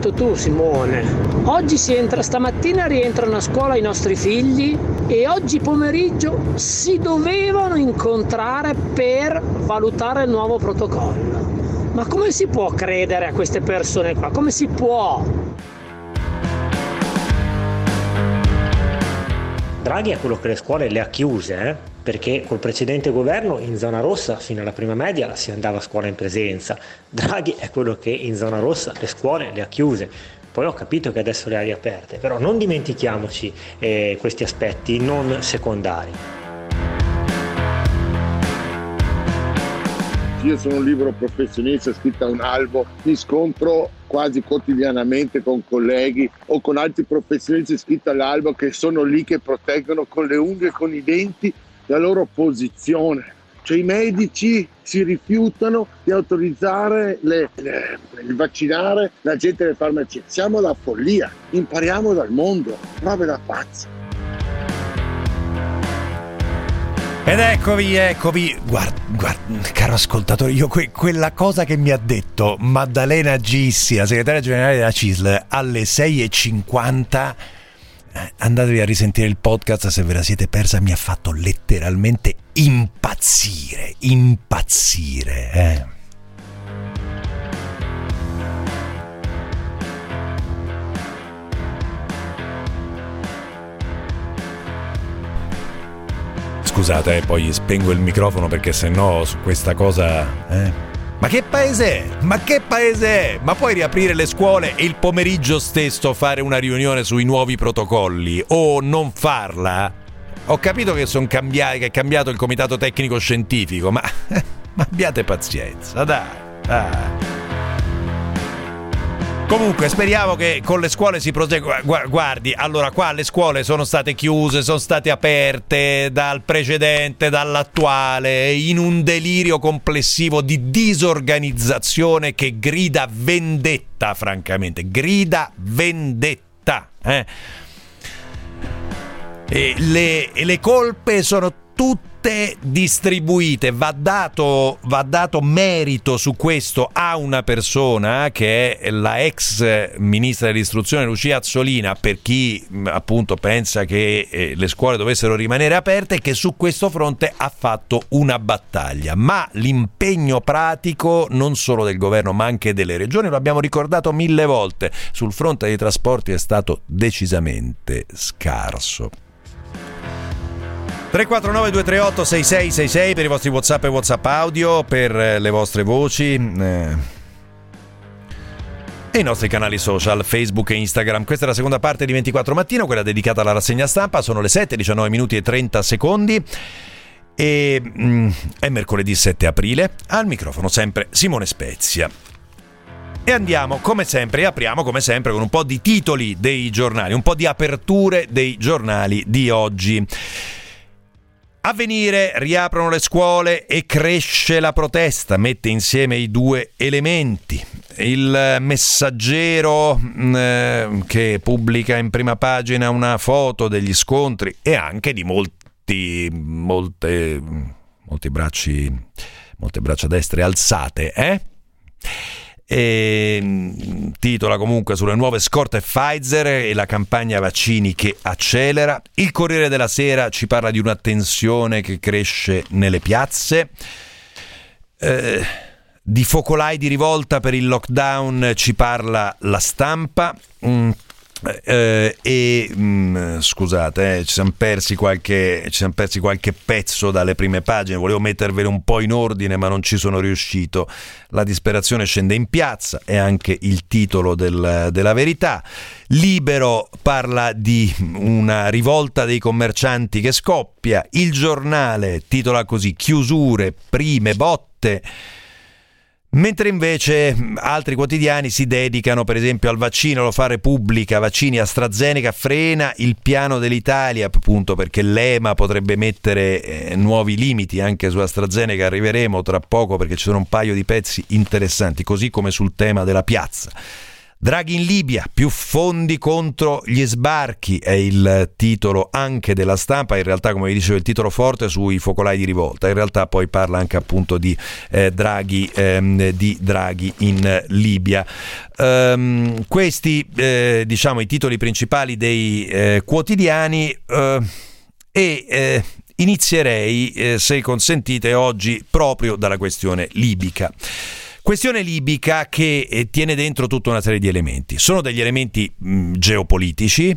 detto tu, Simone. Stamattina rientrano a scuola i nostri figli e oggi pomeriggio si dovevano incontrare per valutare il nuovo protocollo. Ma come si può credere a queste persone qua? Come si può? Draghi è quello che le scuole le ha chiuse, perché col precedente governo in zona rossa fino alla prima media si andava a scuola in presenza. Draghi è quello che in zona rossa le scuole le ha chiuse. Poi ho capito che adesso le ha riaperte, però non dimentichiamoci questi aspetti non secondari. Io sono un libero professionista iscritto a un albo, mi scontro quasi quotidianamente con colleghi o con altri professionisti iscritti all'albo che sono lì che proteggono con le unghie e con i denti la loro posizione. Cioè i medici si rifiutano di autorizzare il vaccinare la gente delle farmacie. Siamo alla follia, impariamo dal mondo, robe da pazzi. Ed eccovi, guarda, caro ascoltatore, io quella cosa che mi ha detto Maddalena Gissi, la segretaria generale della CISL, alle 6:50, andatevi a risentire il podcast se ve la siete persa, mi ha fatto letteralmente impazzire. Scusate, poi spengo il microfono perché sennò su questa cosa... Ma che paese è? Ma puoi riaprire le scuole e il pomeriggio stesso fare una riunione sui nuovi protocolli o non farla? Ho capito che che è cambiato il comitato tecnico scientifico, ma abbiate pazienza, dai. Comunque speriamo che con le scuole si prosegua. Guardi, allora qua le scuole sono state chiuse, sono state aperte dal precedente, dall'attuale, in un delirio complessivo di disorganizzazione che grida vendetta, francamente, grida vendetta. E le colpe sono tutte distribuite. Va dato merito su questo a una persona che è la ex ministra dell'istruzione Lucia Azzolina, per chi appunto pensa che le scuole dovessero rimanere aperte, che su questo fronte ha fatto una battaglia. Ma l'impegno pratico non solo del governo ma anche delle regioni, lo abbiamo ricordato 1000 volte, sul fronte dei trasporti è stato decisamente scarso. 349-238-6666 per i vostri WhatsApp e WhatsApp audio, per le vostre voci e i nostri canali social Facebook e Instagram. Questa è la seconda parte di 24 Mattino, quella dedicata alla rassegna stampa. Sono le 7:19 minuti e 30 secondi e è mercoledì 7 aprile. Al microfono sempre Simone Spezia. E andiamo come sempre, apriamo come sempre con un po' di titoli dei giornali, un po' di aperture dei giornali di oggi. Avvenire, riaprono le scuole e cresce la protesta, mette insieme i due elementi. Il Messaggero che pubblica in prima pagina una foto degli scontri e anche di molte braccia destre alzate, E titola comunque sulle nuove scorte Pfizer e la campagna vaccini che accelera. Il Corriere della Sera ci parla di una tensione che cresce nelle piazze. Di focolai di rivolta per il lockdown ci parla La Stampa. Scusate, ci siamo persi qualche pezzo dalle prime pagine, volevo mettervele un po' in ordine ma non ci sono riuscito. La disperazione scende in piazza è anche il titolo della Verità. Libero parla di una rivolta dei commercianti che scoppia. Il Giornale titola così: chiusure, prime botte. Mentre invece altri quotidiani si dedicano per esempio al vaccino. Lo fa Repubblica: vaccini AstraZeneca, frena il piano dell'Italia, appunto perché l'EMA potrebbe mettere nuovi limiti anche su AstraZeneca. Arriveremo tra poco perché ci sono un paio di pezzi interessanti, così come sul tema della piazza. Draghi in Libia, più fondi contro gli sbarchi è il titolo anche della Stampa. In realtà, come vi dicevo, il titolo forte sui focolai di rivolta. In realtà poi parla anche appunto di Draghi in Libia. Questi diciamo i titoli principali dei quotidiani e inizierei, se consentite, oggi proprio dalla questione libica. Questione libica che tiene dentro tutta una serie di elementi. Sono degli elementi geopolitici,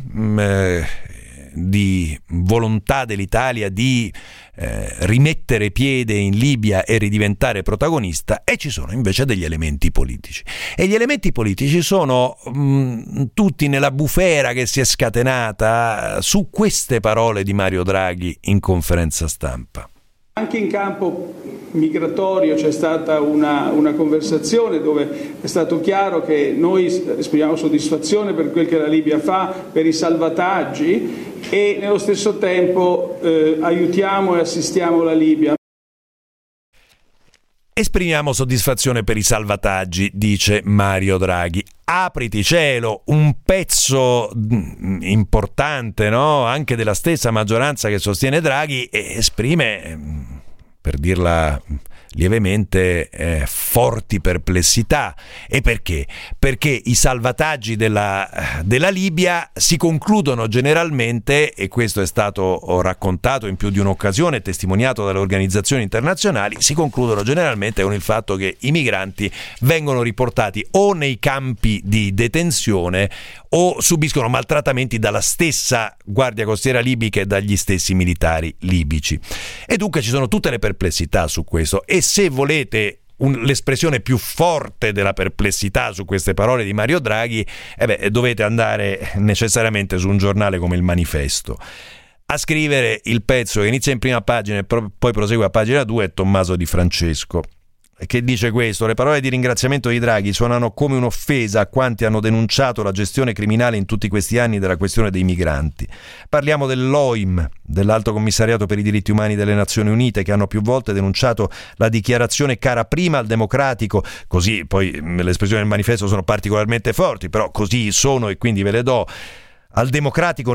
di volontà dell'Italia di rimettere piede in Libia e ridiventare protagonista, e ci sono invece degli elementi politici. E gli elementi politici sono tutti nella bufera che si è scatenata su queste parole di Mario Draghi in conferenza stampa. Anche in campo migratorio c'è stata una conversazione dove è stato chiaro che noi esprimiamo soddisfazione per quel che la Libia fa, per i salvataggi, e nello stesso tempo aiutiamo e assistiamo la Libia. Esprimiamo soddisfazione per i salvataggi, dice Mario Draghi. Apriti cielo, un pezzo importante, no? Anche della stessa maggioranza che sostiene Draghi, esprime, per dirla lievemente, forti perplessità. E perché? Perché i salvataggi della Libia si concludono generalmente, e questo è stato raccontato in più di un'occasione, testimoniato dalle organizzazioni internazionali, si concludono generalmente con il fatto che i migranti vengono riportati o nei campi di detenzione o subiscono maltrattamenti dalla stessa Guardia Costiera libica e dagli stessi militari libici. E dunque ci sono tutte le perplessità su questo, e se volete l'espressione più forte della perplessità su queste parole di Mario Draghi, dovete andare necessariamente su un giornale come il Manifesto. A scrivere il pezzo che inizia in prima pagina e poi prosegue a pagina 2 è Tommaso Di Francesco, che dice questo: le parole di ringraziamento di Draghi suonano come un'offesa a quanti hanno denunciato la gestione criminale in tutti questi anni della questione dei migranti. Parliamo dell'OIM, dell'Alto Commissariato per i diritti umani delle Nazioni Unite, che hanno più volte denunciato la dichiarazione cara prima al democratico, così poi le espressioni del Manifesto sono particolarmente forti, però così sono e quindi ve le do, al democratico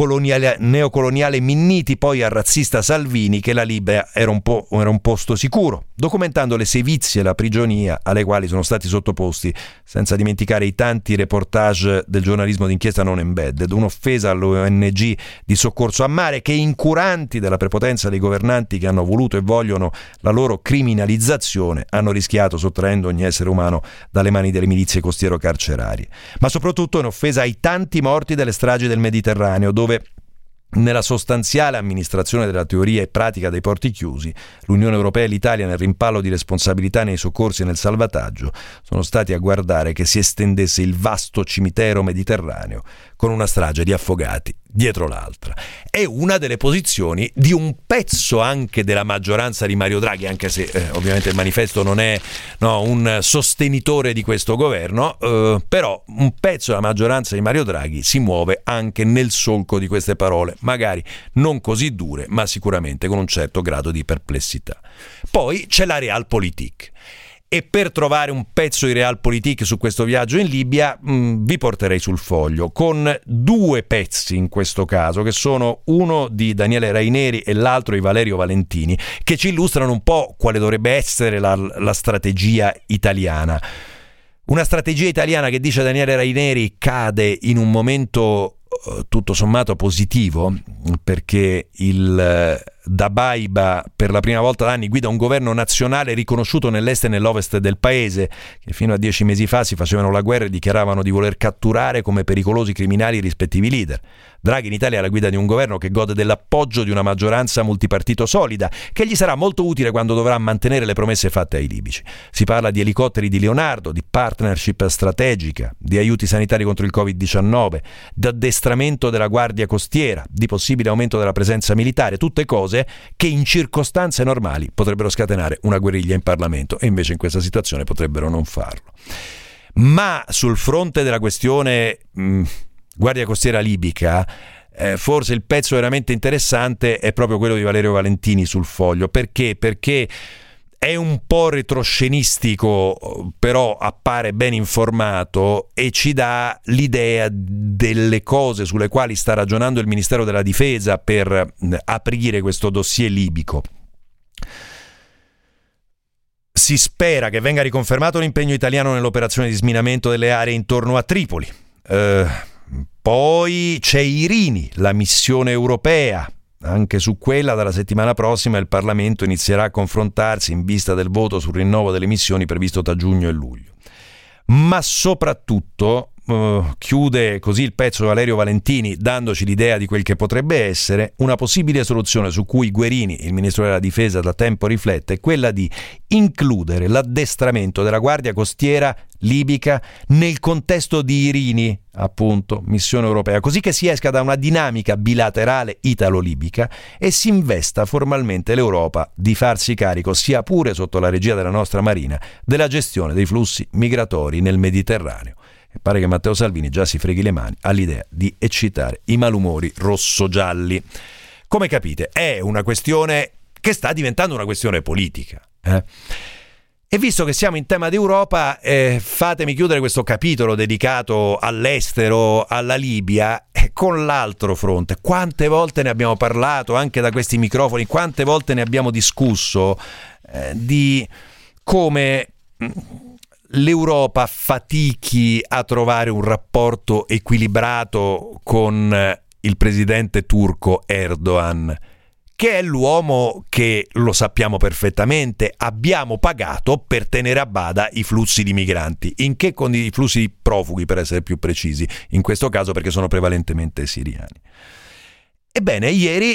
neocoloniale Minniti, poi al razzista Salvini, che la Libia era un posto sicuro, documentando le sevizie e la prigionia alle quali sono stati sottoposti, senza dimenticare i tanti reportage del giornalismo d'inchiesta non embedded. Un'offesa all'ONG di soccorso a mare, che, incuranti della prepotenza dei governanti che hanno voluto e vogliono la loro criminalizzazione, hanno rischiato sottraendo ogni essere umano dalle mani delle milizie costiero-carcerarie. Ma soprattutto un'offesa ai tanti morti delle stragi del Mediterraneo, dove nella sostanziale amministrazione della teoria e pratica dei porti chiusi, l'Unione Europea e l'Italia, nel rimpallo di responsabilità nei soccorsi e nel salvataggio, sono stati a guardare che si estendesse il vasto cimitero mediterraneo con una strage di affogati dietro l'altra. È una delle posizioni di un pezzo anche della maggioranza di Mario Draghi, anche se ovviamente il Manifesto non è un sostenitore di questo governo, però un pezzo della maggioranza di Mario Draghi si muove anche nel solco di queste parole, magari non così dure, ma sicuramente con un certo grado di perplessità. Poi c'è la Realpolitik. E per trovare un pezzo di Realpolitik su questo viaggio in Libia vi porterei sul Foglio, con due pezzi in questo caso, che sono uno di Daniele Raineri e l'altro di Valerio Valentini, che ci illustrano un po' quale dovrebbe essere la strategia italiana. Una strategia italiana che, dice Daniele Raineri, cade in un momento tutto sommato positivo, perché il Dabaiba per la prima volta da anni guida un governo nazionale riconosciuto nell'est e nell'ovest del paese, che fino a 10 mesi fa si facevano la guerra e dichiaravano di voler catturare come pericolosi criminali i rispettivi leader. Draghi in Italia è alla guida di un governo che gode dell'appoggio di una maggioranza multipartito solida, che gli sarà molto utile quando dovrà mantenere le promesse fatte ai libici. Si parla di elicotteri di Leonardo, di partnership strategica, di aiuti sanitari contro il Covid-19, di addestramento della Guardia Costiera, di possibile aumento della presenza militare, tutte cose che in circostanze normali potrebbero scatenare una guerriglia in Parlamento, e invece in questa situazione potrebbero non farlo. Ma sul fronte della questione Guardia Costiera libica, forse il pezzo veramente interessante è proprio quello di Valerio Valentini sul Foglio. Perché? Perché è un po' retroscenistico, però appare ben informato e ci dà l'idea delle cose sulle quali sta ragionando il Ministero della Difesa per aprire questo dossier libico. Si spera che venga riconfermato l'impegno italiano nell'operazione di sminamento delle aree intorno a Tripoli. Poi c'è Irini, la missione europea. Anche su quella, dalla settimana prossima, il Parlamento inizierà a confrontarsi in vista del voto sul rinnovo delle missioni previsto tra giugno e luglio. Ma soprattutto chiude così il pezzo Valerio Valentini, dandoci l'idea di quel che potrebbe essere una possibile soluzione su cui Guerini, il ministro della difesa, da tempo riflette, è quella di includere l'addestramento della Guardia Costiera libica nel contesto di Irini, appunto, missione europea, così che si esca da una dinamica bilaterale italo-libica e si investa formalmente l'Europa di farsi carico, sia pure sotto la regia della nostra Marina, della gestione dei flussi migratori nel Mediterraneo. E pare che Matteo Salvini già si freghi le mani all'idea di eccitare i malumori rosso-gialli. Come capite, è una questione che sta diventando una questione politica. E visto che siamo in tema d'Europa, fatemi chiudere questo capitolo dedicato all'estero, alla Libia, con l'altro fronte. Quante volte ne abbiamo parlato, anche da questi microfoni, quante volte ne abbiamo discusso di come l'Europa fatichi a trovare un rapporto equilibrato con il presidente turco Erdogan, che è l'uomo che, lo sappiamo perfettamente, abbiamo pagato per tenere a bada i flussi di migranti. Con i flussi di profughi, per essere più precisi, in questo caso perché sono prevalentemente siriani. Ebbene, ieri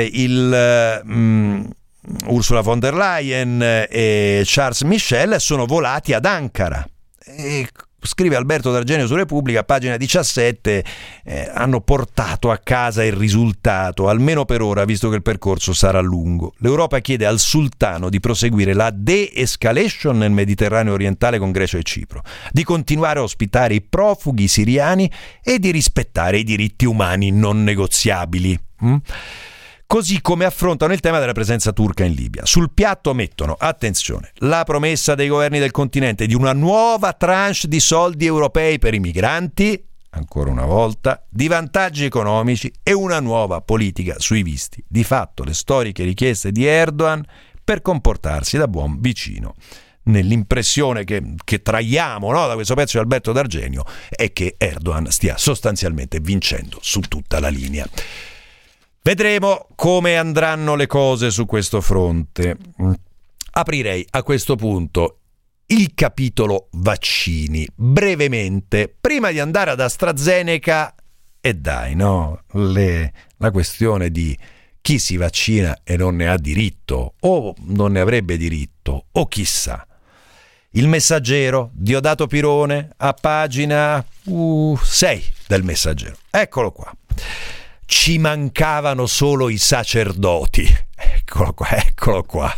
Ursula von der Leyen e Charles Michel sono volati ad Ankara. E scrive Alberto D'Argenio su Repubblica, pagina 17, hanno portato a casa il risultato, almeno per ora, visto che il percorso sarà lungo. L'Europa chiede al sultano di proseguire la de-escalation nel Mediterraneo orientale con Grecia e Cipro, di continuare a ospitare i profughi siriani e di rispettare i diritti umani non negoziabili. Così come affrontano il tema della presenza turca in Libia. Sul piatto mettono, attenzione, la promessa dei governi del continente di una nuova tranche di soldi europei per i migranti, ancora una volta, di vantaggi economici e una nuova politica sui visti. Di fatto le storiche richieste di Erdogan per comportarsi da buon vicino. Nell'impressione che traiamo, no, da questo pezzo di Alberto D'Argenio è che Erdogan stia sostanzialmente vincendo su tutta la linea. Vedremo come andranno le cose su questo fronte. Aprirei a questo punto il capitolo vaccini, brevemente, prima di andare ad AstraZeneca e dai, no? La questione di chi si vaccina e non ne ha diritto, o non ne avrebbe diritto, o chissà. Il Messaggero, Diodato Pirone, a pagina 6 del Messaggero. Eccolo qua. Ci mancavano solo i sacerdoti. Eccolo qua.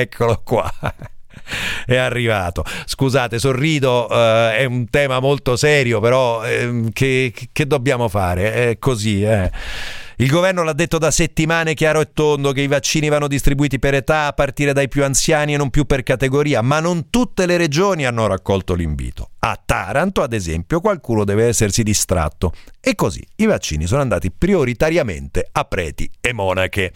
È arrivato. Scusate, sorrido, è un tema molto serio, però che dobbiamo fare? È così, Il governo l'ha detto da settimane chiaro e tondo che i vaccini vanno distribuiti per età, a partire dai più anziani e non più per categoria, ma non tutte le regioni hanno raccolto l'invito. A Taranto, ad esempio, qualcuno deve essersi distratto. E così i vaccini sono andati prioritariamente a preti e monache.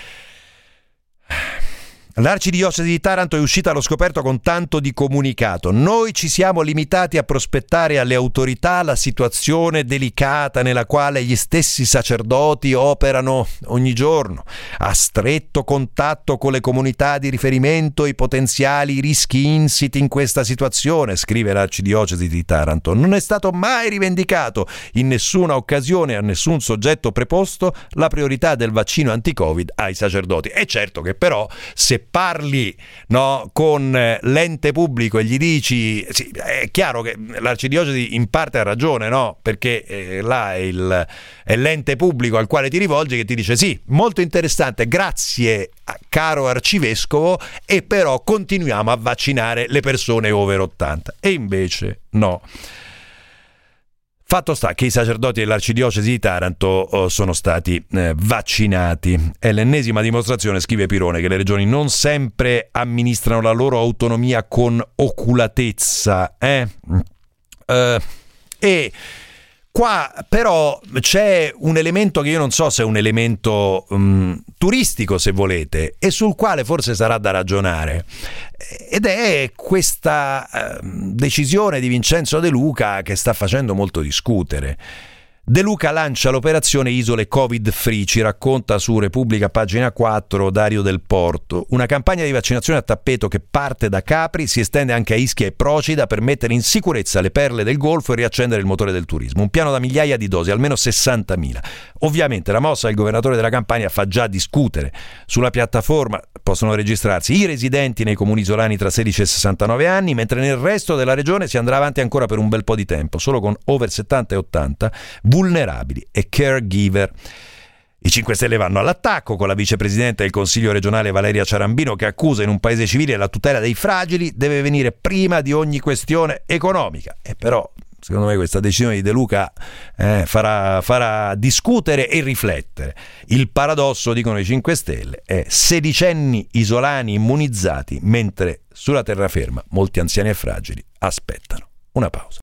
L'Arcidiocesi di Taranto è uscita allo scoperto con tanto di comunicato. Noi ci siamo limitati a prospettare alle autorità la situazione delicata nella quale gli stessi sacerdoti operano ogni giorno, a stretto contatto con le comunità di riferimento e i potenziali rischi insiti in questa situazione, scrive l'Arcidiocesi di Taranto. Non è stato mai rivendicato in nessuna occasione a nessun soggetto preposto la priorità del vaccino anti-Covid ai sacerdoti. È certo che però se parli, no, con l'ente pubblico e gli dici, sì, è chiaro che l'Arcidiocesi in parte ha ragione, no? Perché là è l'ente pubblico al quale ti rivolgi che ti dice sì, molto interessante, grazie caro arcivescovo, e però continuiamo a vaccinare le persone over 80. E invece no. Fatto sta che i sacerdoti dell'arcidiocesi di Taranto sono stati vaccinati. È l'ennesima dimostrazione, scrive Pirone, che le regioni non sempre amministrano la loro autonomia con oculatezza. E qua però c'è un elemento che io non so se è un elemento turistico, se volete, e sul quale forse sarà da ragionare, ed è questa decisione di Vincenzo De Luca che sta facendo molto discutere. De Luca lancia l'operazione Isole Covid Free, ci racconta su Repubblica pagina 4 Dario Del Porto. Una campagna di vaccinazione a tappeto che parte da Capri, si estende anche a Ischia e Procida per mettere in sicurezza le perle del Golfo e riaccendere il motore del turismo. Un piano da migliaia di dosi, almeno 60.000. Ovviamente la mossa del governatore della Campania fa già discutere. Sulla piattaforma possono registrarsi i residenti nei comuni isolani tra 16 e 69 anni, mentre nel resto della regione si andrà avanti ancora per un bel po' di tempo, solo con over 70 e 80 vulnerabili e caregiver. I 5 Stelle vanno all'attacco con la vicepresidente del Consiglio regionale Valeria Ciarambino, che accusa in un paese civile la tutela dei fragili deve venire prima di ogni questione economica. E però secondo me questa decisione di De Luca farà discutere e riflettere. Il paradosso, dicono i 5 Stelle, è sedicenni isolani immunizzati, mentre sulla terraferma molti anziani e fragili aspettano. Una pausa.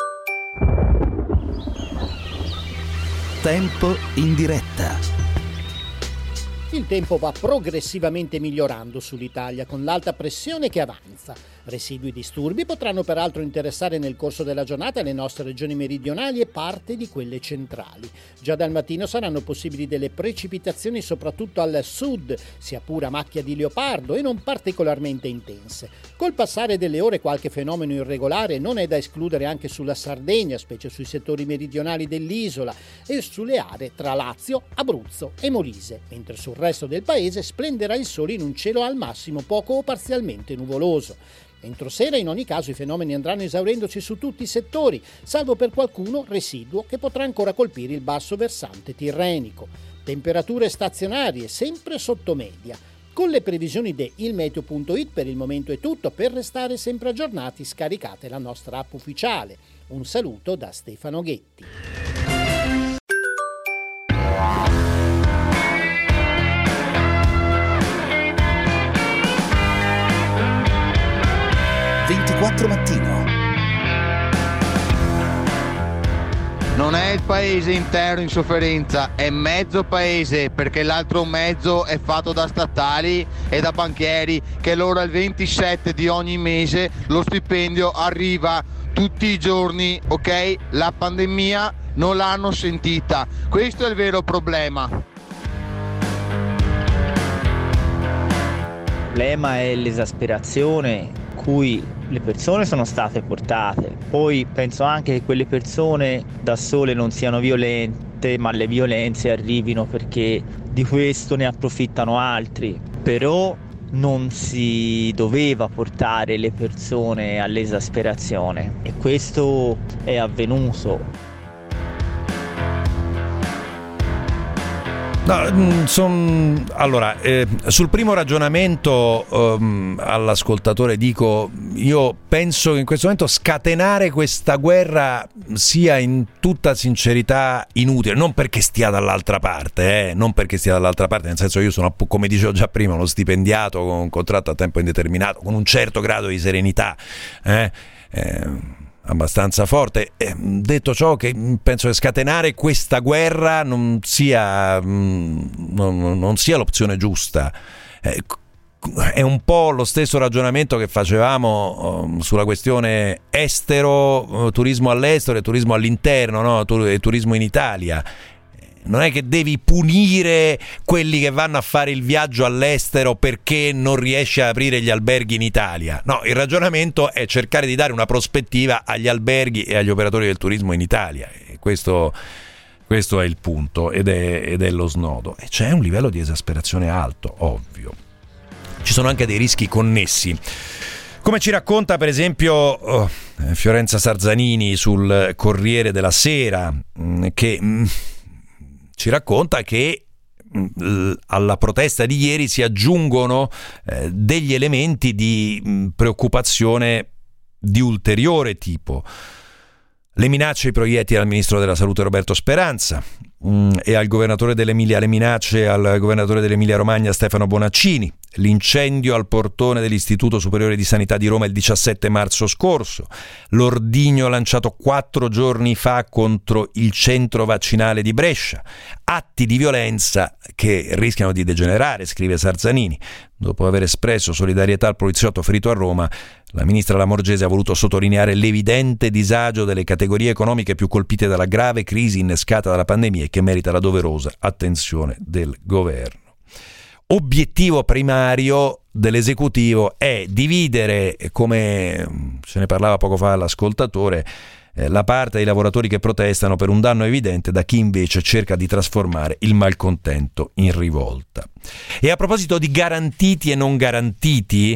Tempo in diretta. Il tempo va progressivamente migliorando sull'Italia con l'alta pressione che avanza. Residui disturbi potranno peraltro interessare nel corso della giornata le nostre regioni meridionali e parte di quelle centrali. Già dal mattino saranno possibili delle precipitazioni soprattutto al sud, sia pure a macchia di leopardo e non particolarmente intense. Col passare delle ore qualche fenomeno irregolare non è da escludere anche sulla Sardegna, specie sui settori meridionali dell'isola e sulle aree tra Lazio, Abruzzo e Molise, mentre sul resto del paese splenderà il sole in un cielo al massimo poco o parzialmente nuvoloso. Entro sera in ogni caso i fenomeni andranno esaurendosi su tutti i settori, salvo per qualcuno residuo che potrà ancora colpire il basso versante tirrenico. Temperature stazionarie sempre sotto media. Con le previsioni di ilmeteo.it per il momento è tutto. Per restare sempre aggiornati scaricate la nostra app ufficiale. Un saluto da Stefano Ghetti. Mattino. Non è il paese intero in sofferenza, è mezzo paese, perché l'altro mezzo è fatto da statali e da banchieri che loro al 27 di ogni mese lo stipendio arriva tutti i giorni, ok? La pandemia non l'hanno sentita, questo è il vero problema. Il problema è l'esasperazione cui le persone sono state portate. Poi penso anche che quelle persone da sole non siano violente, ma le violenze arrivino perché di questo ne approfittano altri. Però non si doveva portare le persone all'esasperazione e questo è avvenuto. No, allora, sul primo ragionamento all'ascoltatore dico, io penso che in questo momento scatenare questa guerra sia in tutta sincerità inutile, non perché stia dall'altra parte, nel senso io sono, come dicevo già prima, uno stipendiato con un contratto a tempo indeterminato, con un certo grado di serenità, abbastanza forte. Detto ciò, che penso che scatenare questa guerra non sia l'opzione giusta. È un po' lo stesso ragionamento che facevamo sulla questione estero, turismo all'estero e turismo all'interno, no? E turismo in Italia. Non è che devi punire quelli che vanno a fare il viaggio all'estero perché non riesci a aprire gli alberghi in Italia. No, il ragionamento è cercare di dare una prospettiva agli alberghi e agli operatori del turismo in Italia. E questo è il punto ed è lo snodo. E c'è un livello di esasperazione alto, ovvio. Ci sono anche dei rischi connessi. Come ci racconta per esempio Fiorenza Sarzanini sul Corriere della Sera, che ci racconta che alla protesta di ieri si aggiungono degli elementi di preoccupazione di ulteriore tipo. Le minacce e i proiettili al ministro della Salute Roberto Speranza e al governatore dell'Emilia, le minacce al governatore dell'Emilia Romagna Stefano Bonaccini, l'incendio al portone dell'Istituto Superiore di Sanità di Roma il 17 marzo scorso, l'ordigno lanciato 4 giorni fa contro il centro vaccinale di Brescia, atti di violenza che rischiano di degenerare, scrive Sarzanini. Dopo aver espresso solidarietà al poliziotto ferito a Roma, la ministra Lamorgese ha voluto sottolineare l'evidente disagio delle categorie economiche più colpite dalla grave crisi innescata dalla pandemia e che merita la doverosa attenzione del governo. Obiettivo primario dell'esecutivo è dividere, come se ne parlava poco fa l'ascoltatore, la parte dei lavoratori che protestano per un danno evidente da chi invece cerca di trasformare il malcontento in rivolta. E a proposito di garantiti e non garantiti,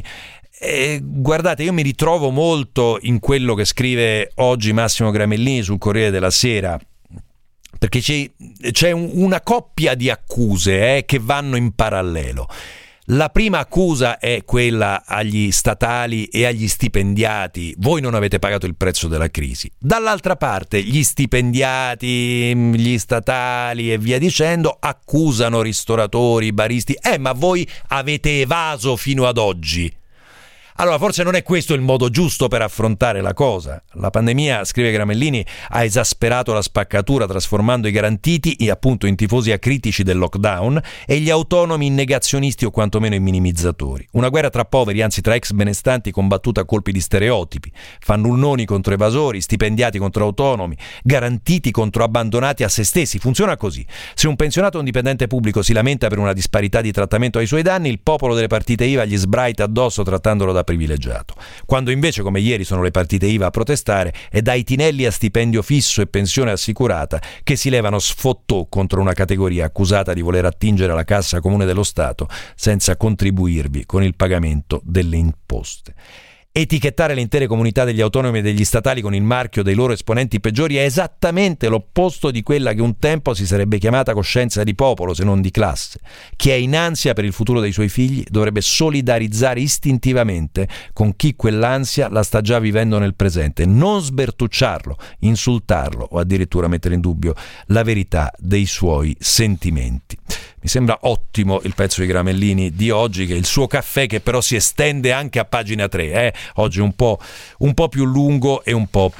guardate, io mi ritrovo molto in quello che scrive oggi Massimo Gramellini sul Corriere della Sera, perché c'è una coppia di accuse che vanno in parallelo. La prima accusa è quella agli statali e agli stipendiati: voi non avete pagato il prezzo della crisi. Dall'altra parte gli stipendiati, gli statali e via dicendo accusano ristoratori, baristi: ma voi avete evaso fino ad oggi. Allora forse non è questo il modo giusto per affrontare la cosa. La pandemia, scrive Gramellini, ha esasperato la spaccatura, trasformando i garantiti appunto in tifosi acritici del lockdown e gli autonomi in negazionisti o quantomeno in minimizzatori. Una guerra tra poveri, anzi tra ex benestanti, combattuta a colpi di stereotipi: fannulloni contro evasori, stipendiati contro autonomi, garantiti contro abbandonati a se stessi. Funziona così: se un pensionato o un dipendente pubblico si lamenta per una disparità di trattamento ai suoi danni, il popolo delle partite IVA gli sbraita addosso trattandolo da privilegiato. Quando invece, come ieri, sono le partite IVA a protestare, è dai tinelli a stipendio fisso e pensione assicurata che si levano sfottò contro una categoria accusata di voler attingere alla cassa comune dello Stato senza contribuirvi con il pagamento delle imposte. Etichettare le intere comunità degli autonomi e degli statali con il marchio dei loro esponenti peggiori è esattamente l'opposto di quella che un tempo si sarebbe chiamata coscienza di popolo, se non di classe. Chi è in ansia per il futuro dei suoi figli dovrebbe solidarizzare istintivamente con chi quell'ansia la sta già vivendo nel presente, non sbertucciarlo, insultarlo o addirittura mettere in dubbio la verità dei suoi sentimenti. Mi sembra ottimo il pezzo di Gramellini di oggi, che è il suo caffè, che però si estende anche a pagina 3. Oggi un po' più lungo e un po'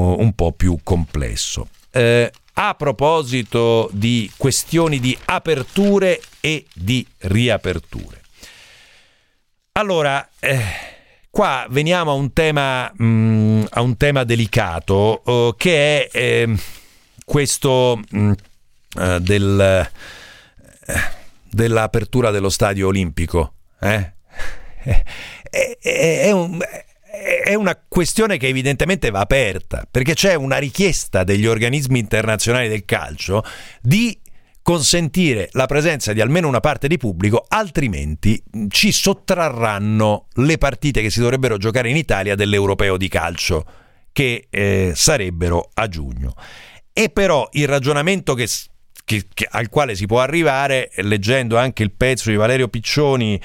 più complesso. A proposito di questioni di aperture e di riaperture. Allora, qua veniamo a un tema delicato, che è questo dell'apertura dello stadio olimpico. È una questione che evidentemente va aperta, perché c'è una richiesta degli organismi internazionali del calcio di consentire la presenza di almeno una parte di pubblico, altrimenti ci sottrarranno le partite che si dovrebbero giocare in Italia dell'Europeo di calcio, che sarebbero a giugno. E però il ragionamento al quale si può arrivare, leggendo anche il pezzo di Valerio Piccioni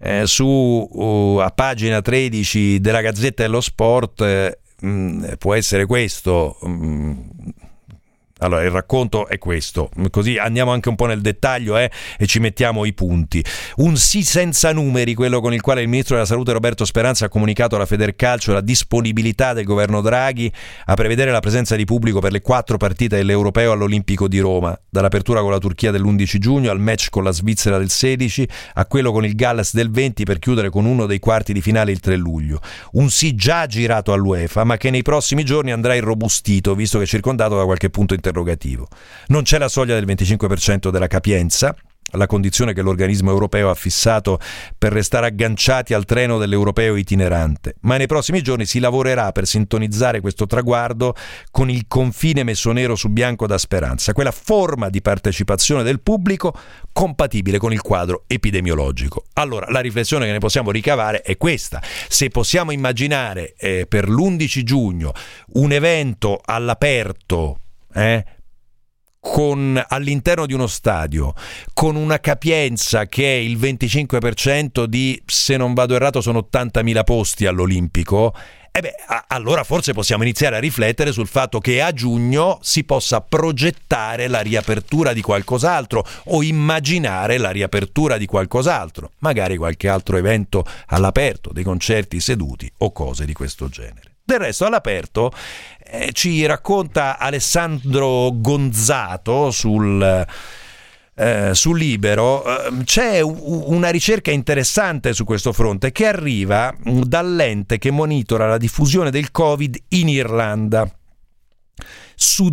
a pagina 13 della Gazzetta dello Sport, può essere questo. Allora, il racconto è questo, così andiamo anche un po' nel dettaglio e ci mettiamo i punti. Un sì senza numeri, quello con il quale il ministro della Salute Roberto Speranza ha comunicato alla Federcalcio la disponibilità del governo Draghi a prevedere la presenza di pubblico per le 4 partite dell'Europeo all'Olimpico di Roma, dall'apertura con la Turchia dell'11 giugno al match con la Svizzera del 16, a quello con il Galles del 20, per chiudere con uno dei quarti di finale il 3 luglio. Un sì già girato all'UEFA, ma che nei prossimi giorni andrà irrobustito, visto che è circondato da qualche punto interrogativo. Non c'è la soglia del 25% della capienza, la condizione che l'organismo europeo ha fissato per restare agganciati al treno dell'europeo itinerante, ma nei prossimi giorni si lavorerà per sintonizzare questo traguardo con il confine messo nero su bianco da Speranza, quella forma di partecipazione del pubblico compatibile con il quadro epidemiologico. Allora, la riflessione che ne possiamo ricavare è questa: se possiamo immaginare per l'11 giugno un evento all'aperto, all'interno di uno stadio con una capienza che è il 25% di, se non vado errato, sono 80.000 posti all'Olimpico, allora forse possiamo iniziare a riflettere sul fatto che a giugno si possa progettare la riapertura di qualcos'altro o immaginare la riapertura di qualcos'altro, magari qualche altro evento all'aperto, dei concerti seduti o cose di questo genere. Del resto all'aperto ci racconta Alessandro Gonzato sul Libero, c'è una ricerca interessante su questo fronte che arriva dall'ente che monitora la diffusione del Covid in Irlanda. Su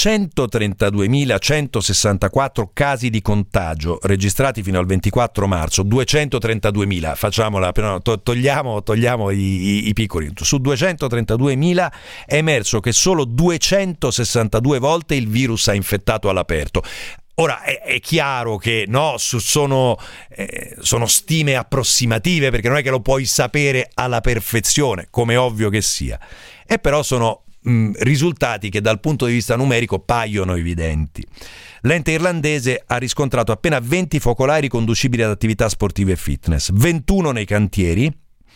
232.164 casi di contagio registrati fino al 24 marzo, 232.000, facciamola, togliamo i piccoli, su 232.000 è emerso che solo 262 volte il virus ha infettato all'aperto. Ora è chiaro che no, sono stime approssimative, perché non è che lo puoi sapere alla perfezione, come ovvio che sia, e però sono risultati che dal punto di vista numerico paiono evidenti. L'ente irlandese ha riscontrato appena 20 focolai riconducibili ad attività sportive e fitness, 21 nei cantieri,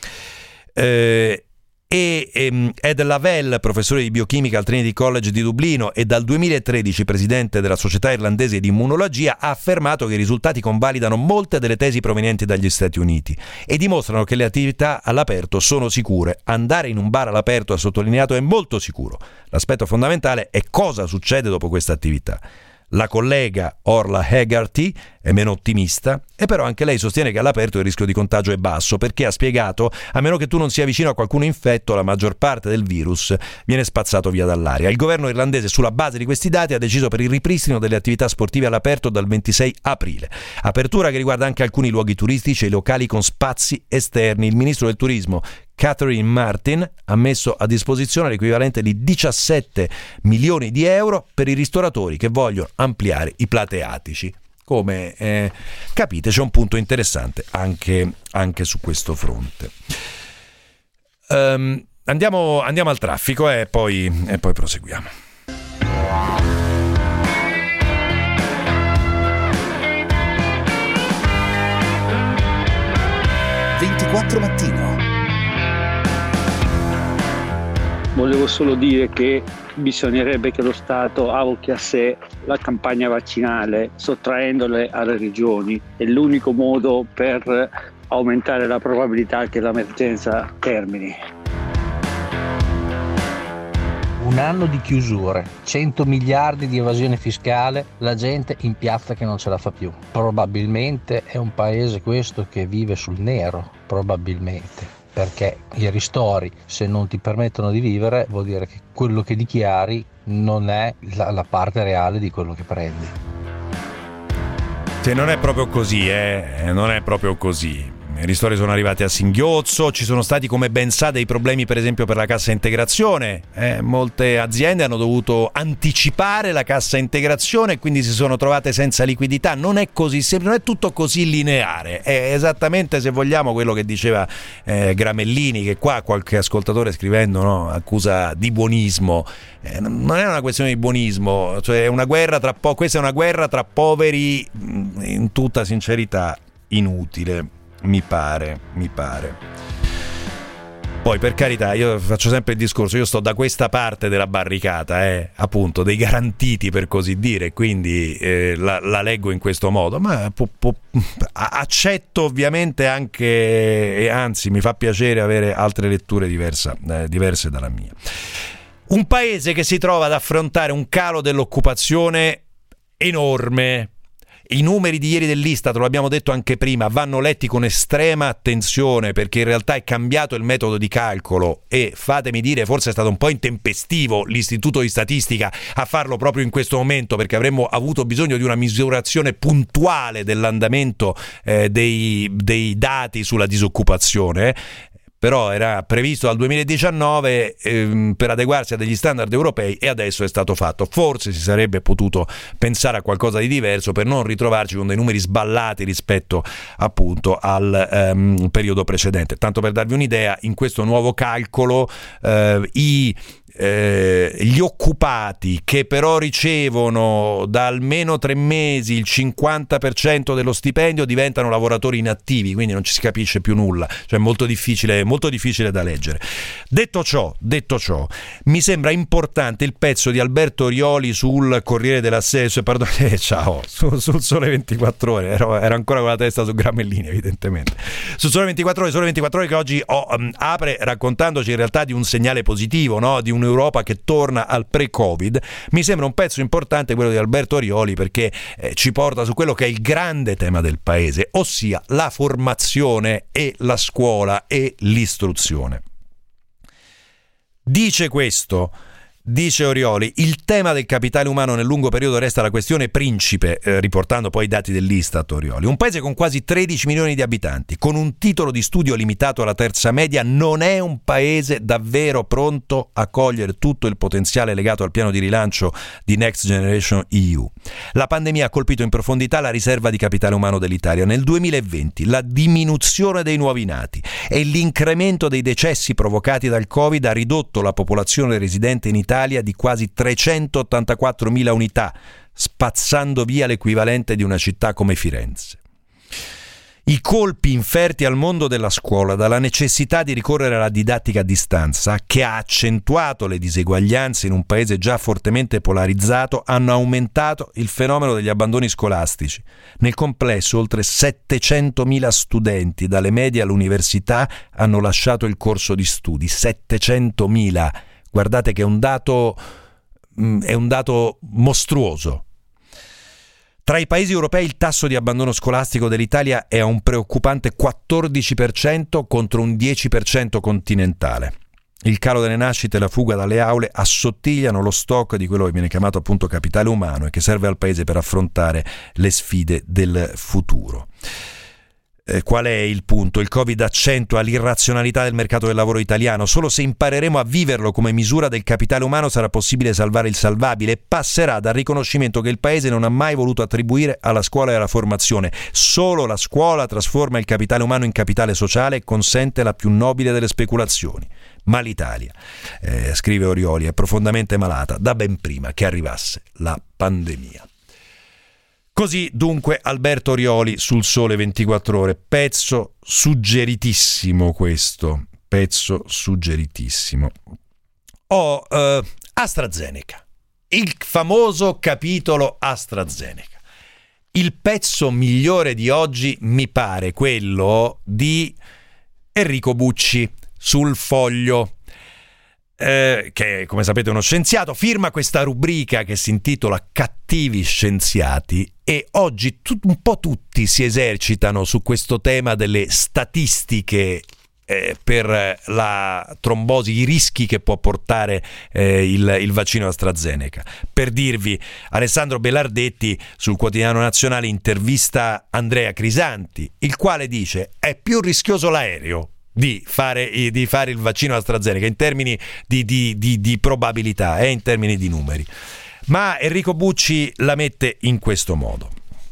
e Ed Lavelle, professore di biochimica al Trinity College di Dublino e dal 2013 presidente della Società Irlandese di Immunologia, ha affermato che i risultati convalidano molte delle tesi provenienti dagli Stati Uniti e dimostrano che le attività all'aperto sono sicure. Andare in un bar all'aperto, ha sottolineato, è molto sicuro. L'aspetto fondamentale è cosa succede dopo questa attività. La collega Orla Hegarty è meno ottimista, e però anche lei sostiene che all'aperto il rischio di contagio è basso, perché ha spiegato: a meno che tu non sia vicino a qualcuno infetto, la maggior parte del virus viene spazzato via dall'aria. Il governo irlandese, sulla base di questi dati, ha deciso per il ripristino delle attività sportive all'aperto dal 26 aprile. Apertura che riguarda anche alcuni luoghi turistici e locali con spazi esterni. Il ministro del turismo Catherine Martin ha messo a disposizione l'equivalente di 17 milioni di euro per i ristoratori che vogliono ampliare i plateatici. Come capite, c'è un punto interessante anche su questo fronte. Andiamo al traffico e poi proseguiamo. Mattino. Volevo solo dire che bisognerebbe che lo Stato avochi a sé la campagna vaccinale, sottraendole alle regioni. È l'unico modo per aumentare la probabilità che l'emergenza termini. Un anno di chiusure, 100 miliardi di evasione fiscale, la gente in piazza che non ce la fa più. Probabilmente è un paese questo che vive sul nero, probabilmente. Perché i ristori, se non ti permettono di vivere, vuol dire che quello che dichiari non è la parte reale di quello che prendi. Se non è proprio così, non è proprio così. I ristori sono arrivati a singhiozzo, ci sono stati, come ben sa, dei problemi per esempio per la cassa integrazione. Molte aziende hanno dovuto anticipare la cassa integrazione e quindi si sono trovate senza liquidità. Non è così semplice, non è tutto così lineare. È esattamente, se vogliamo, quello che diceva Gramellini, che qua qualche ascoltatore scrivendo, no, accusa di buonismo. Non è una questione di buonismo, cioè è una guerra questa è una guerra tra poveri, in tutta sincerità, inutile. Mi pare. Poi, per carità, io faccio sempre il discorso, io sto da questa parte della barricata, appunto, dei garantiti, per così dire, quindi la leggo in questo modo, ma accetto ovviamente anche, e anzi mi fa piacere avere altre letture diverse dalla mia. Un paese che si trova ad affrontare un calo dell'occupazione enorme. I numeri di ieri dell'Istat, lo abbiamo detto anche prima, vanno letti con estrema attenzione, perché in realtà è cambiato il metodo di calcolo e, fatemi dire, forse è stato un po' intempestivo l'Istituto di Statistica a farlo proprio in questo momento, perché avremmo avuto bisogno di una misurazione puntuale dell'andamento dei dati sulla disoccupazione. Però era previsto dal 2019 per adeguarsi a degli standard europei e adesso è stato fatto. Forse si sarebbe potuto pensare a qualcosa di diverso per non ritrovarci con dei numeri sballati rispetto appunto al periodo precedente. Tanto per darvi un'idea, in questo nuovo calcolo i gli occupati che però ricevono da almeno 3 mesi il 50% dello stipendio diventano lavoratori inattivi, quindi non ci si capisce più nulla, cioè molto difficile da leggere. Detto ciò, mi sembra importante il pezzo di Alberto Orioli sul Corriere della Sera, sul Sole 24 Ore, ero ancora con la testa su Gramellini evidentemente, sul Sole 24 Ore che oggi apre raccontandoci in realtà di un segnale positivo, no? Di un'Europa che torna al pre-Covid. Mi sembra un pezzo importante quello di Alberto Orioli, perché ci porta su quello che è il grande tema del paese, ossia la formazione e la scuola e l'istruzione. Dice Orioli, il tema del capitale umano nel lungo periodo resta la questione principe, riportando poi i dati dell'Istat. Orioli, un paese con quasi 13 milioni di abitanti, con un titolo di studio limitato alla terza media, non è un paese davvero pronto a cogliere tutto il potenziale legato al piano di rilancio di Next Generation EU. La pandemia ha colpito in profondità la riserva di capitale umano dell'Italia. Nel 2020 la diminuzione dei nuovi nati e l'incremento dei decessi provocati dal Covid ha ridotto la popolazione residente in Italia di quasi 384.000 unità, spazzando via l'equivalente di una città come Firenze. I colpi inferti al mondo della scuola dalla necessità di ricorrere alla didattica a distanza, che ha accentuato le diseguaglianze in un paese già fortemente polarizzato, hanno aumentato il fenomeno degli abbandoni scolastici. Nel complesso, oltre 700.000 studenti, dalle medie all'università, hanno lasciato il corso di studi. 700.000! Guardate che è un dato mostruoso. Tra i paesi europei il tasso di abbandono scolastico dell'Italia è a un preoccupante 14% contro un 10% continentale. Il calo delle nascite e la fuga dalle aule assottigliano lo stock di quello che viene chiamato appunto capitale umano e che serve al paese per affrontare le sfide del futuro. Qual è il punto? Il Covid accentua l'irrazionalità del mercato del lavoro italiano. Solo se impareremo a viverlo come misura del capitale umano sarà possibile salvare il salvabile, e passerà dal riconoscimento che il Paese non ha mai voluto attribuire alla scuola e alla formazione. Solo la scuola trasforma il capitale umano in capitale sociale e consente la più nobile delle speculazioni. Ma l'Italia, scrive Orioli, è profondamente malata da ben prima che arrivasse la pandemia. Così dunque Alberto Orioli sul Sole 24 Ore, pezzo suggeritissimo questo, AstraZeneca, il famoso capitolo AstraZeneca. Il pezzo migliore di oggi mi pare quello di Enrico Bucci sul Foglio, che come sapete è uno scienziato, firma questa rubrica che si intitola Cattivi scienziati, e oggi un po' tutti si esercitano su questo tema delle statistiche per la trombosi, i rischi che può portare il vaccino AstraZeneca. Per dirvi, Alessandro Belardetti sul Quotidiano Nazionale intervista Andrea Crisanti, il quale dice: è più rischioso l'aereo di fare il vaccino AstraZeneca in termini di probabilità e in termini di numeri. Ma Enrico Bucci la mette in questo modo.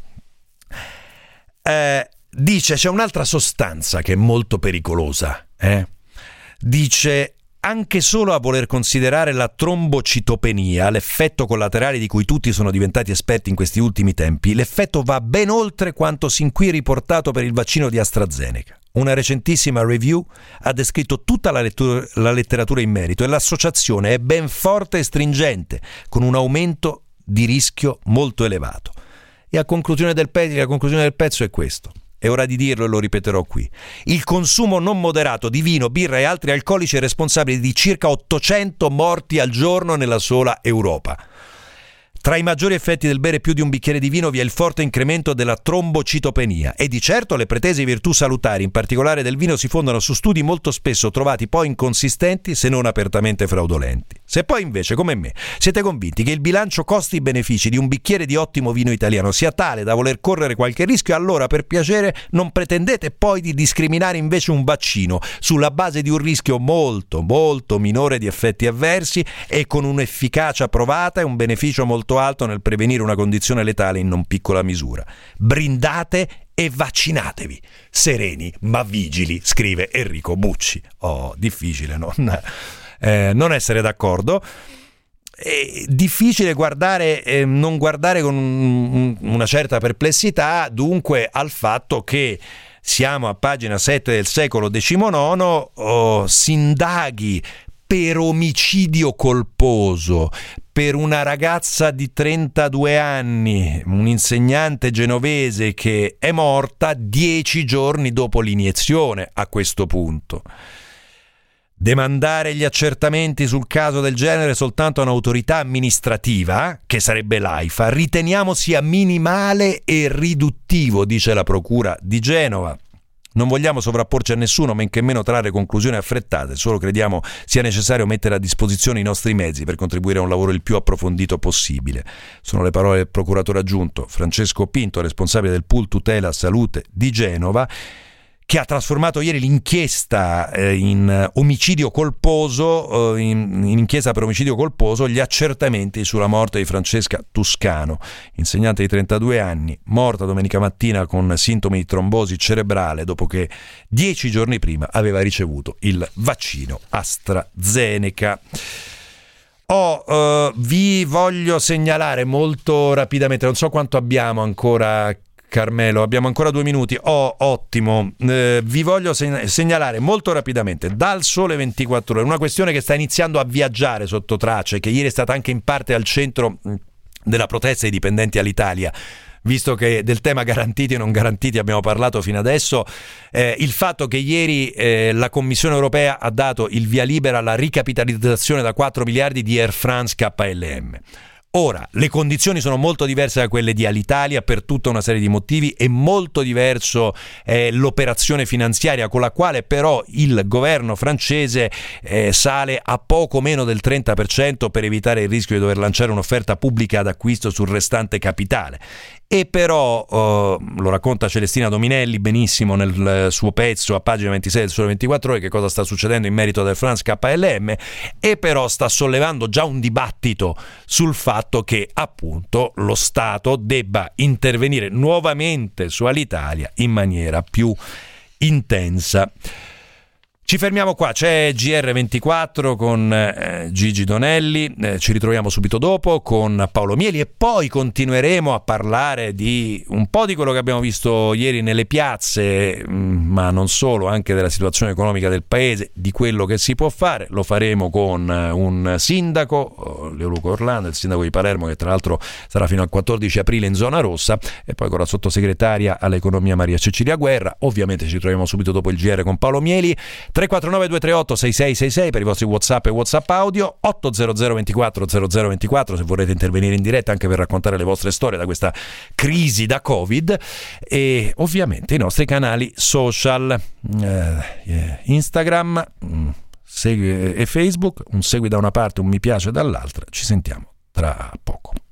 Dice c'è un'altra sostanza che è molto pericolosa. Dice: anche solo a voler considerare la trombocitopenia, l'effetto collaterale di cui tutti sono diventati esperti in questi ultimi tempi, l'effetto va ben oltre quanto sin qui riportato per il vaccino di AstraZeneca. Una recentissima review ha descritto tutta la letteratura in merito, e l'associazione è ben forte e stringente, con un aumento di rischio molto elevato. E la conclusione del pezzo è questo. È ora di dirlo e lo ripeterò qui. Il consumo non moderato di vino, birra e altri alcolici è responsabile di circa 800 morti al giorno nella sola Europa. Tra i maggiori effetti del bere più di un bicchiere di vino vi è il forte incremento della trombocitopenia, e di certo le pretese virtù salutari, in particolare del vino, si fondano su studi molto spesso trovati poi inconsistenti, se non apertamente fraudolenti. Se poi invece, come me, siete convinti che il bilancio costi-benefici di un bicchiere di ottimo vino italiano sia tale da voler correre qualche rischio, allora per piacere non pretendete poi di discriminare invece un vaccino sulla base di un rischio molto, molto minore di effetti avversi e con un'efficacia provata e un beneficio molto alto nel prevenire una condizione letale in non piccola misura. Brindate e vaccinatevi, sereni ma vigili, scrive Enrico Bucci. Difficile non essere d'accordo. È difficile non guardare con una certa perplessità dunque al fatto che siamo a pagina 7 del secolo XIX, si indaghi per omicidio colposo per una ragazza di 32 anni, un'insegnante genovese che è morta 10 giorni dopo l'iniezione. A questo punto demandare gli accertamenti sul caso del genere soltanto a un'autorità amministrativa, che sarebbe l'AIFA, riteniamo sia minimale e riduttivo, dice la Procura di Genova. Non vogliamo sovrapporci a nessuno, men che meno trarre conclusioni affrettate, solo crediamo sia necessario mettere a disposizione i nostri mezzi per contribuire a un lavoro il più approfondito possibile. Sono le parole del procuratore aggiunto Francesco Pinto, responsabile del pool tutela salute di Genova, che ha trasformato ieri l'inchiesta in omicidio colposo, in inchiesta per omicidio colposo, gli accertamenti sulla morte di Francesca Tuscano, insegnante di 32 anni, morta domenica mattina con sintomi di trombosi cerebrale dopo che 10 giorni prima aveva ricevuto il vaccino AstraZeneca. Vi voglio segnalare molto rapidamente, non so quanto abbiamo ancora, Carmelo, abbiamo ancora 2 minuti. Ottimo. Vi voglio segnalare molto rapidamente dal Sole 24 Ore una questione che sta iniziando a viaggiare sotto tracce, che ieri è stata anche in parte al centro della protesta dei dipendenti all'Italia. Visto che del tema garantiti e non garantiti abbiamo parlato fino adesso, il fatto che ieri la Commissione europea ha dato il via libera alla ricapitalizzazione da 4 miliardi di Air France KLM. Ora, le condizioni sono molto diverse da quelle di Alitalia per tutta una serie di motivi, e molto diverso è l'operazione finanziaria con la quale però il governo francese sale a poco meno del 30% per evitare il rischio di dover lanciare un'offerta pubblica d'acquisto sul restante capitale. E però, lo racconta Celestina Dominelli benissimo nel suo pezzo a pagina 26 del Sole 24 Ore, che cosa sta succedendo in merito ad Air France KLM, e però sta sollevando già un dibattito sul fatto che appunto lo Stato debba intervenire nuovamente su Alitalia in maniera più intensa. Ci fermiamo qua, c'è GR24 con Gigi Donelli, ci ritroviamo subito dopo con Paolo Mieli e poi continueremo a parlare di un po' di quello che abbiamo visto ieri nelle piazze, ma non solo, anche della situazione economica del paese, di quello che si può fare. Lo faremo con un sindaco, Leoluca Orlando, il sindaco di Palermo, che tra l'altro sarà fino al 14 aprile in zona rossa, e poi con la sottosegretaria all'economia Maria Cecilia Guerra. Ovviamente ci troviamo subito dopo il GR con Paolo Mieli. 349 238 6666 per i vostri WhatsApp e WhatsApp audio, 800 24 0024 se vorrete intervenire in diretta anche per raccontare le vostre storie da questa crisi da Covid, e ovviamente i nostri canali social, Instagram e Facebook, un segui da una parte, un mi piace dall'altra. Ci sentiamo tra poco.